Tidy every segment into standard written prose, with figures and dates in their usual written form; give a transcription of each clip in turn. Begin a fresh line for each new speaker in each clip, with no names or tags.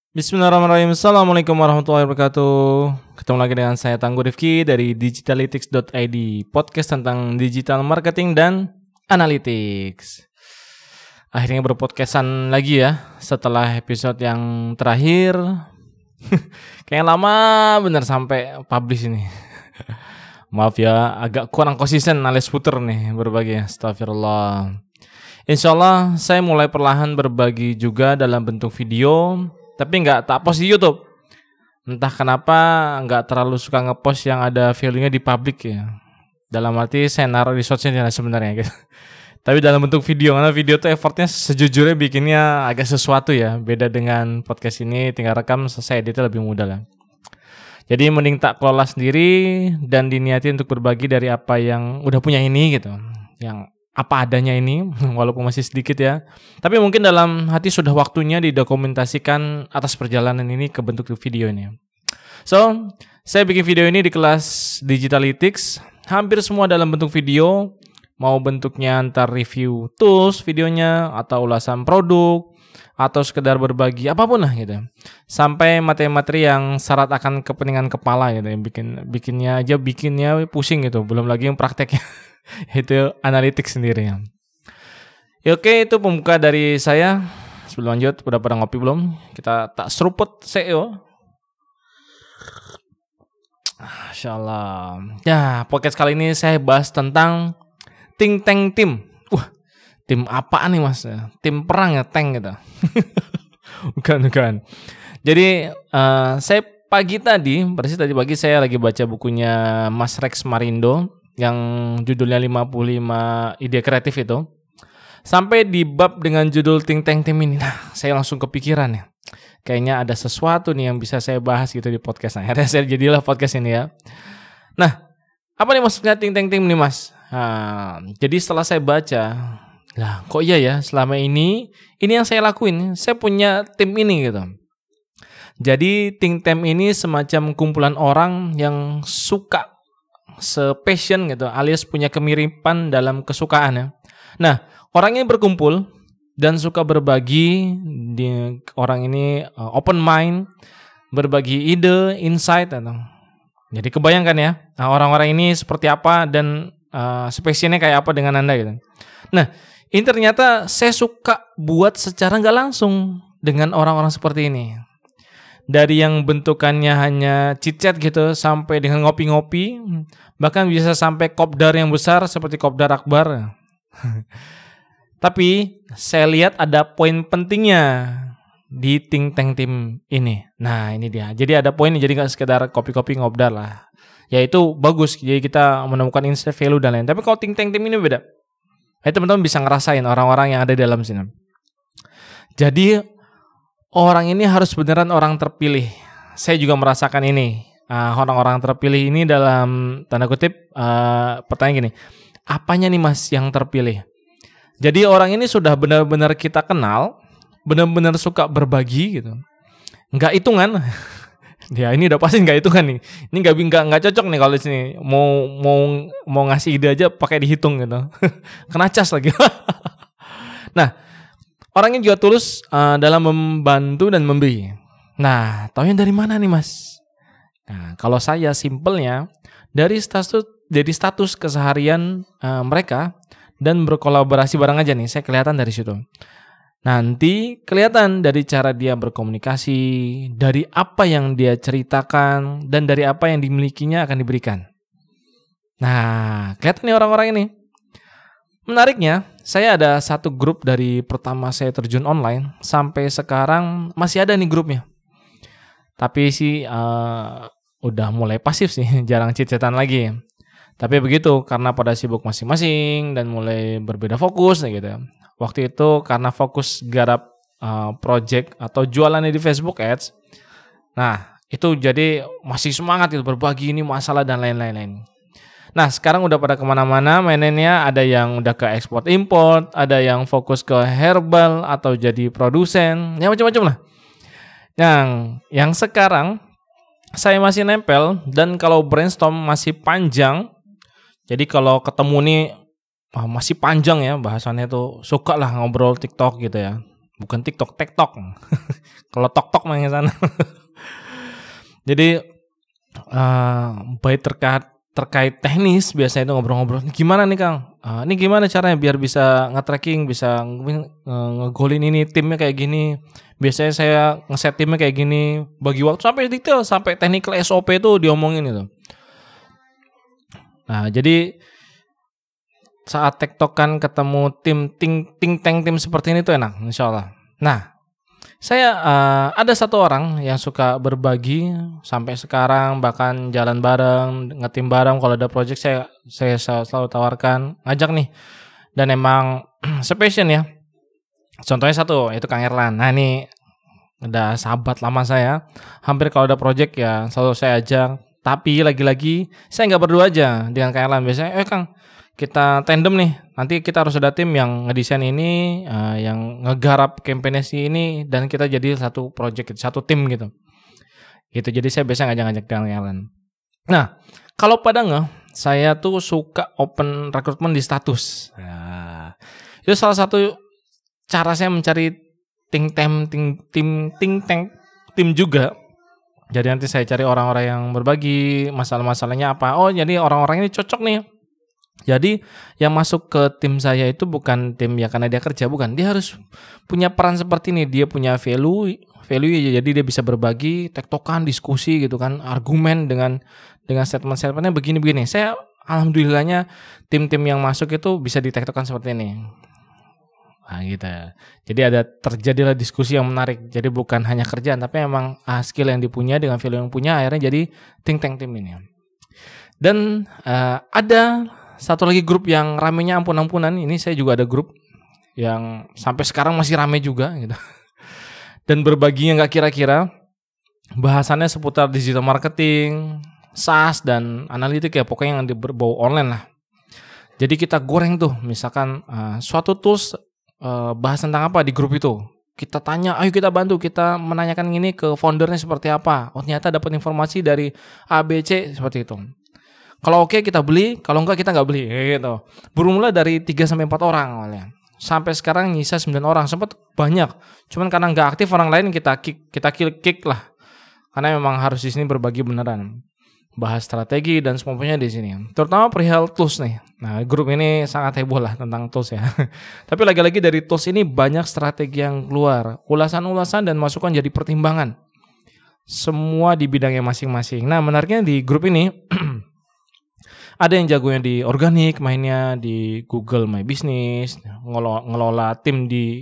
Bismillahirrahmanirrahim. Assalamualaikum warahmatullahi wabarakatuh. Ketemu lagi dengan saya Tangguh Rifki dari digitalytics.id, podcast tentang digital marketing dan analytics. Akhirnya berpodcastan lagi ya setelah episode yang terakhir. Kayaknya lama bener sampai publish ini. Maaf ya, agak kurang konsisten alias puter nih berbagi. Astagfirullah. Insyaallah saya mulai perlahan berbagi juga dalam bentuk video, tapi nggak tak post di YouTube. Entah kenapa nggak terlalu suka ngepost yang ada value-nya di publik ya. Dalam arti saya naruh resource-nya sebenarnya gitu. Tapi dalam bentuk video, karena video tuh effortnya sejujurnya bikinnya agak sesuatu ya. Beda dengan podcast ini, tinggal rekam, saya editnya lebih mudah lah. Jadi mending tak kelola sendiri dan diniati untuk berbagi dari apa yang udah punya ini gitu. Yang apa adanya ini, walaupun masih sedikit ya. Tapi mungkin dalam hati sudah waktunya didokumentasikan atas perjalanan ini ke bentuk video ini. So, saya bikin video ini di kelas Digitalytics. Hampir semua dalam bentuk video. Mau bentuknya antar review tools videonya, atau ulasan produk, atau sekedar berbagi, apapun lah gitu. Sampai materi-materi yang syarat akan kepentingan kepala gitu. Bikinnya pusing gitu. Belum lagi yang prakteknya. Itu analitik sendiri ya. Oke, itu pembuka dari saya. Sebelum lanjut, udah pada ngopi belum? Kita tak seruput CEO. Masyaallah. Ya, podcast kali ini saya bahas tentang think tank team. Tim apaan nih mas? Tim perang ya, tank gitu. Bukan. Jadi saya pagi tadi saya lagi baca bukunya Mas Rex Marindo yang judulnya 55 ide kreatif itu. Sampai di bab dengan judul think tank team ini. Nah, saya langsung kepikiran ya. Kayaknya ada sesuatu nih yang bisa saya bahas gitu di podcast. Nah, akhirnya saya jadilah podcast ini ya. Nah, apa nih maksudnya think tank team nih mas? Nah, jadi setelah saya baca, lah kok iya ya selama ini yang saya lakuin. Saya punya tim ini gitu. Jadi think tank ini semacam kumpulan orang yang suka se-passion gitu, alias punya kemiripan dalam kesukaan ya. Nah, orang ini berkumpul dan suka berbagi. Orang ini open mind, berbagi ide, insight atau. Jadi kebayangkan ya, orang-orang ini seperti apa dan spesiesnya kayak apa dengan Anda gitu. Nah, ini ternyata saya suka buat secara nggak langsung dengan orang-orang seperti ini. Dari yang bentukannya hanya chit-chat gitu sampai dengan ngopi-ngopi, bahkan bisa sampai kopdar yang besar seperti kopdar akbar. Tapi saya lihat ada poin pentingnya di think tank team ini. Nah ini dia. Jadi ada poin, jadi nggak sekedar kopi-kopi ngobdar lah. Yaitu bagus, jadi kita menemukan insight value dan lain. Tapi kalau think tank team ini beda. Teman-teman bisa ngerasain orang-orang yang ada di dalam sini. Jadi orang ini harus beneran orang terpilih. Saya juga merasakan ini. Orang-orang terpilih ini dalam tanda kutip pertanyaan gini. Apanya nih mas yang terpilih? Jadi orang ini sudah benar-benar kita kenal, benar-benar suka berbagi gitu. Nggak hitungan. Ya ini udah pasti nggak hitungan nih. Ini nggak cocok nih kalau di sini. Mau ngasih ide aja pakai dihitung gitu. Kena cas lagi. Nah, orangnya juga tulus dalam membantu dan memberi. Nah, taunya dari mana nih mas? Nah, kalau saya simpelnya dari status keseharian mereka dan berkolaborasi bareng aja nih. Saya kelihatan dari situ. Nanti kelihatan dari cara dia berkomunikasi, dari apa yang dia ceritakan, dan dari apa yang dimilikinya akan diberikan. Nah, kelihatan nih orang-orang ini. Menariknya, saya ada satu grup dari pertama saya terjun online sampai sekarang masih ada nih grupnya. Tapi sih udah mulai pasif sih, jarang chat-chatan lagi. Tapi begitu karena pada sibuk masing-masing dan mulai berbeda fokus gitu. Waktu itu karena fokus garap project atau jualannya di Facebook Ads. Nah, itu jadi masih semangat itu berbagi ini masalah dan lain-lain. Nah sekarang udah pada kemana-mana mainannya, ada yang udah ke ekspor import, ada yang fokus ke herbal atau jadi produsen, ya macam-macam lah. Yang sekarang saya masih nempel dan kalau brainstorm masih panjang, jadi kalau ketemu nih masih panjang ya bahasannya tuh, suka lah ngobrol TikTok gitu ya. bukan TikTok, TikTok. Kalau tok-tok main ke sana. Jadi baik terkait teknis biasanya itu ngobrol-ngobrol. Gimana nih Kang? Ini gimana caranya biar bisa nge-tracking, bisa ngegolin ini timnya kayak gini. Biasanya saya ngeset timnya kayak gini, bagi waktu sampai detail, sampai technical SOP itu diomongin itu. Nah, jadi saat tektokan ketemu tim seperti ini tuh enak, insya Allah. Nah, saya ada satu orang yang suka berbagi sampai sekarang, bahkan jalan bareng, ngetim bareng. Kalau ada project saya selalu tawarkan, ngajak nih. Dan emang sepassion ya. Contohnya satu, itu Kang Erlan. Nah ini udah sahabat lama saya. Hampir kalau ada project ya selalu saya ajak. Tapi lagi-lagi saya nggak berdua aja dengan Kang Erlan. Biasanya, Kang, kita tandem nih. Nanti kita harus ada tim yang ngedesain ini, yang ngegarap campaign ini, dan kita jadi satu project, satu tim gitu. Gitu. Jadi saya biasa ngajak-ngajak Kang Erlan. Nah, kalau pada saya tuh suka open recruitment di status. Nah, itu salah satu cara saya mencari tim juga. Jadi nanti saya cari orang-orang yang berbagi masalah-masalahnya apa. Oh, jadi orang-orang ini cocok nih. Jadi yang masuk ke tim saya itu bukan tim ya karena dia kerja, bukan. Dia harus punya peran seperti ini. Dia punya value jadi dia bisa berbagi, tektokan, diskusi gitu kan, argumen dengan statement-statementnya begini-begini. Saya alhamdulillahnya tim-tim yang masuk itu bisa ditektokan seperti ini. Nah gitu. Jadi terjadilah diskusi yang menarik. Jadi bukan hanya kerjaan, tapi memang skill yang dipunya dengan value yang punya akhirnya jadi think tank tim ini. Dan ada satu lagi grup yang ramenya ampun-ampunan. Ini saya juga ada grup yang sampai sekarang masih rame juga gitu. Dan berbaginya nggak kira-kira. Bahasannya seputar digital marketing, SaaS dan analitik ya, pokoknya yang berbau online lah. Jadi kita goreng tuh, misalkan suatu tools bahas tentang apa di grup itu. Kita tanya, ayo kita bantu, kita menanyakan ini ke foundernya seperti apa. Oh ternyata dapat informasi dari ABC seperti itu. Kalau oke kita beli, kalau enggak kita nggak beli gitu. Bermula dari 3-4 orang awalnya. Sampai sekarang nyisa 9 orang, sempat banyak. Cuman karena nggak aktif orang lain kita kick lah. Karena memang harus di sini berbagi beneran. Bahas strategi dan semuanya di sini. Terutama perihal tools nih. Nah, grup ini sangat heboh lah tentang tools ya. Tapi lagi-lagi dari tools ini banyak strategi yang keluar. Ulasan-ulasan dan masukan jadi pertimbangan. Semua di bidangnya masing-masing. Nah, menariknya di grup ini ada yang jagonya di organik, mainnya di Google My Business, ngelola tim di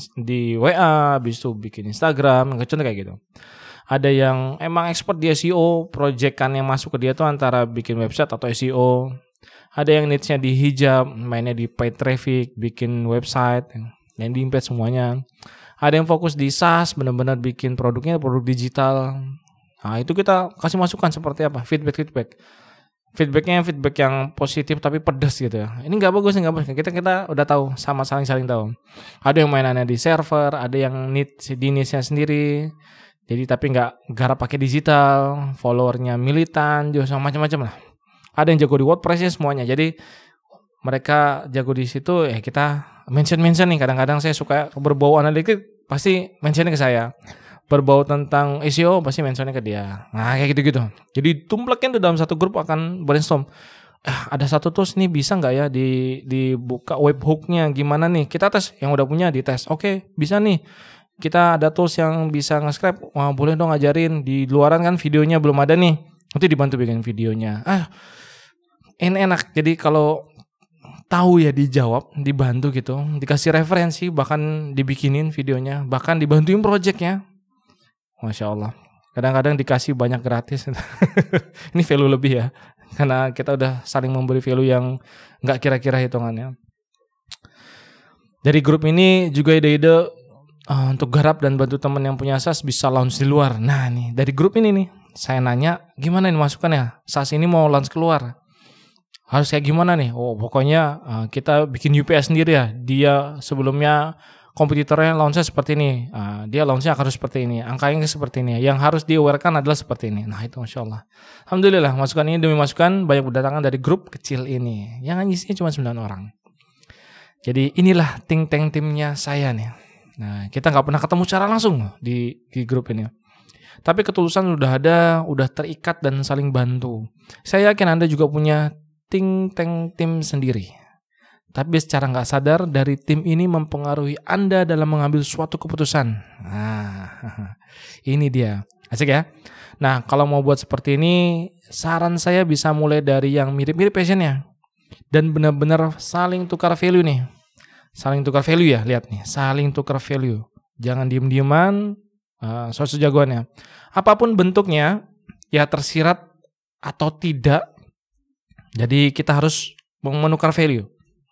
WA, habis itu bikin Instagram, contoh kayak gitu. Ada yang emang expert di SEO, proyekan yang masuk ke dia tuh antara bikin website atau SEO. Ada yang niche-nya di hijab, mainnya di paid traffic, bikin website, landing page semuanya. Ada yang fokus di SaaS, benar-benar bikin produknya produk digital. Nah itu kita kasih masukan seperti apa, feedbacknya feedback yang positif tapi pedas gitu ya. Ini nggak bagus, kita udah tahu, sama saling tahu. Ada yang mainannya di server, ada yang di niche-nya sendiri. Jadi tapi nggak garap pakai digital, followernya militan, juga macam-macam lah. Ada yang jago di WordPress-nya semuanya. Jadi mereka jago di situ ya kita mention nih. Kadang-kadang saya suka berbau analitik pasti mentionnya ke saya. Berbau tentang SEO pasti mentionnya ke dia. Nah kayak gitu-gitu. Jadi tumplekin tuh dalam satu grup akan brainstorm. Ada satu tools nih bisa nggak ya dibuka webhooknya gimana nih? Kita tes yang udah punya dites. Oke bisa nih. Kita ada tools yang bisa nge-scrap. Wah boleh dong ngajarin. Di luaran kan videonya belum ada nih. Nanti dibantu bikin videonya. Ini enak. Jadi kalau tahu ya dijawab, dibantu gitu. Dikasih referensi, bahkan dibikinin videonya. Bahkan dibantuin projectnya. Masya Allah. Kadang-kadang dikasih banyak gratis. Ini value lebih ya. Karena kita udah saling memberi value yang gak kira-kira hitungannya. Dari grup ini juga ide-ide untuk garap dan bantu teman yang punya SaaS bisa launch di luar. Nah nih dari grup ini nih saya nanya gimana ini masukannya, SaaS ini mau launch keluar harus kayak gimana nih? Oh pokoknya kita bikin UPS sendiri ya. Dia sebelumnya kompetitornya launchnya seperti ini, dia launchnya harus seperti ini, angkanya seperti ini, yang harus di-aware-kan adalah seperti ini. Nah itu Masya Allah. Alhamdulillah masukan ini demi masukan banyak berdatangan dari grup kecil ini yang isinya cuma 9 orang. Jadi inilah think tank timnya saya nih. Nah, kita nggak pernah ketemu secara langsung loh di grup ini. Tapi ketulusan udah ada, udah terikat dan saling bantu. Saya yakin Anda juga punya think tank tim sendiri. Tapi secara nggak sadar dari tim ini mempengaruhi Anda dalam mengambil suatu keputusan. Nah, ini dia. Asik ya? Nah, kalau mau buat seperti ini, saran saya bisa mulai dari yang mirip-mirip passionnya. Dan benar-benar saling tukar value nih. Saling tukar value ya, lihat nih. Saling tukar value. Jangan diem-dieman, suatu jagoannya. Apapun bentuknya, ya tersirat atau tidak. Jadi kita harus menukar value.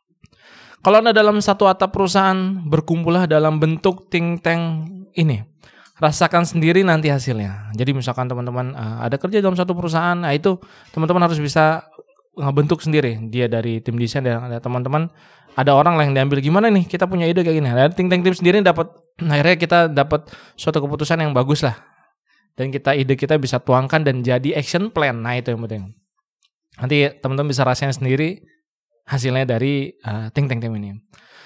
Kalau Anda dalam satu atap perusahaan, berkumpullah dalam bentuk think tank ini. Rasakan sendiri nanti hasilnya. Jadi misalkan teman-teman ada kerja dalam satu perusahaan, nah itu teman-teman harus bisa ngebentuk sendiri. Dia dari tim desain dan ada teman-teman, ada orang yang diambil gimana nih, kita punya ide kayak gini. Ada think tank tim sendiri dapat, akhirnya kita dapat suatu keputusan yang bagus lah. Dan ide kita bisa tuangkan dan jadi action plan. Nah itu yang penting. Nanti teman-teman bisa rasain sendiri hasilnya dari think tank tim ini.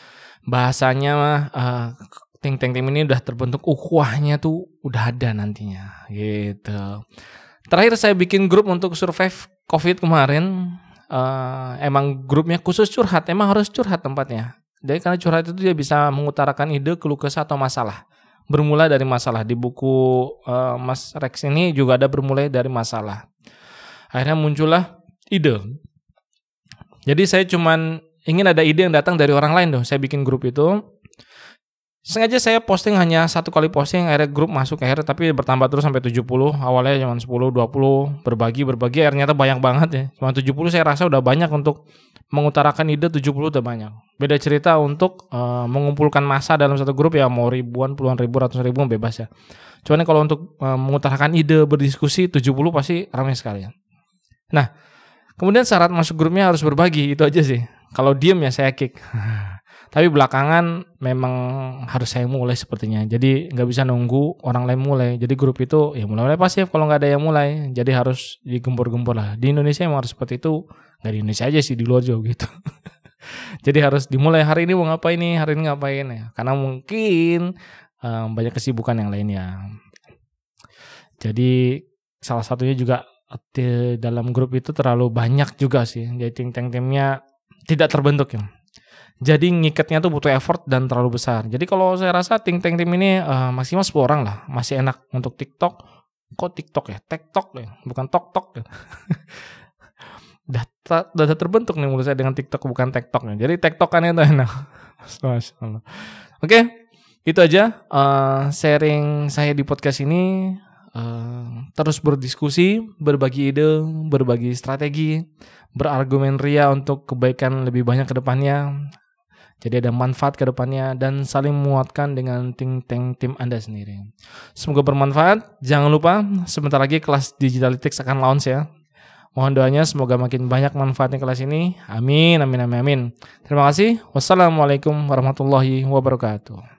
Bahasanya think tank tim ini udah terbentuk, ukhuwahnya tuh udah ada nantinya gitu. Terakhir saya bikin grup untuk survive COVID kemarin. Emang grupnya khusus curhat, emang harus curhat tempatnya. Jadi karena curhat itu dia bisa mengutarakan ide, keluh kesah atau masalah. Bermula dari masalah. Di buku Mas Rex ini juga ada bermulai dari masalah. Akhirnya muncullah ide. Jadi saya cuman ingin ada ide yang datang dari orang lain Saya bikin grup itu. Sengaja saya posting hanya satu kali posting, akhirnya grup masuk akhirnya, tapi bertambah terus sampai 70. Awalnya cuma 10, 20, berbagi, akhirnya ternyata banyak banget ya. Cuma 70 saya rasa udah banyak untuk mengutarakan ide, 70 udah banyak. Beda cerita untuk mengumpulkan massa dalam satu grup ya, mau ribuan, puluhan ribu, ratusan ribu bebas ya. Cuman kalau untuk mengutarakan ide, berdiskusi 70 pasti ramai sekali ya. Nah, kemudian syarat masuk grupnya harus berbagi, itu aja sih. Kalau diem ya saya kick. Tapi belakangan memang harus saya mulai sepertinya. Jadi nggak bisa nunggu orang lain mulai. Jadi grup itu ya mulai pasif kalau nggak ada yang mulai. Jadi harus digempur-gempur lah. Di Indonesia emang harus seperti itu. Nggak di Indonesia aja sih, di luar juga gitu. Jadi harus dimulai, hari ini mau ngapain nih, hari ini ngapain ya. Karena mungkin banyak kesibukan yang lainnya. Jadi salah satunya juga di dalam grup itu terlalu banyak juga sih. Jadi think tank timnya tidak terbentuk ya. Jadi ngikatnya tuh butuh effort dan terlalu besar. Jadi kalau saya rasa think tank tim ini maksimal 10 orang lah. Masih enak untuk TikTok. Kok TikTok ya? TikTok ya? Bukan TokTok ya? Udah terbentuk nih mulut saya dengan TikTok bukan TikTok ya. Jadi TikTokannya itu enak. Oke, itu aja sharing saya di podcast ini. Terus berdiskusi, berbagi ide, berbagi strategi, berargumen ria untuk kebaikan lebih banyak ke depannya. Jadi ada manfaat ke depannya dan saling menguatkan dengan think tank tim Anda sendiri. Semoga bermanfaat. Jangan lupa sebentar lagi kelas Digitalytics akan launch ya. Mohon doanya semoga makin banyak manfaatnya kelas ini. Amin, amin, amin, amin. Terima kasih. Wassalamualaikum warahmatullahi wabarakatuh.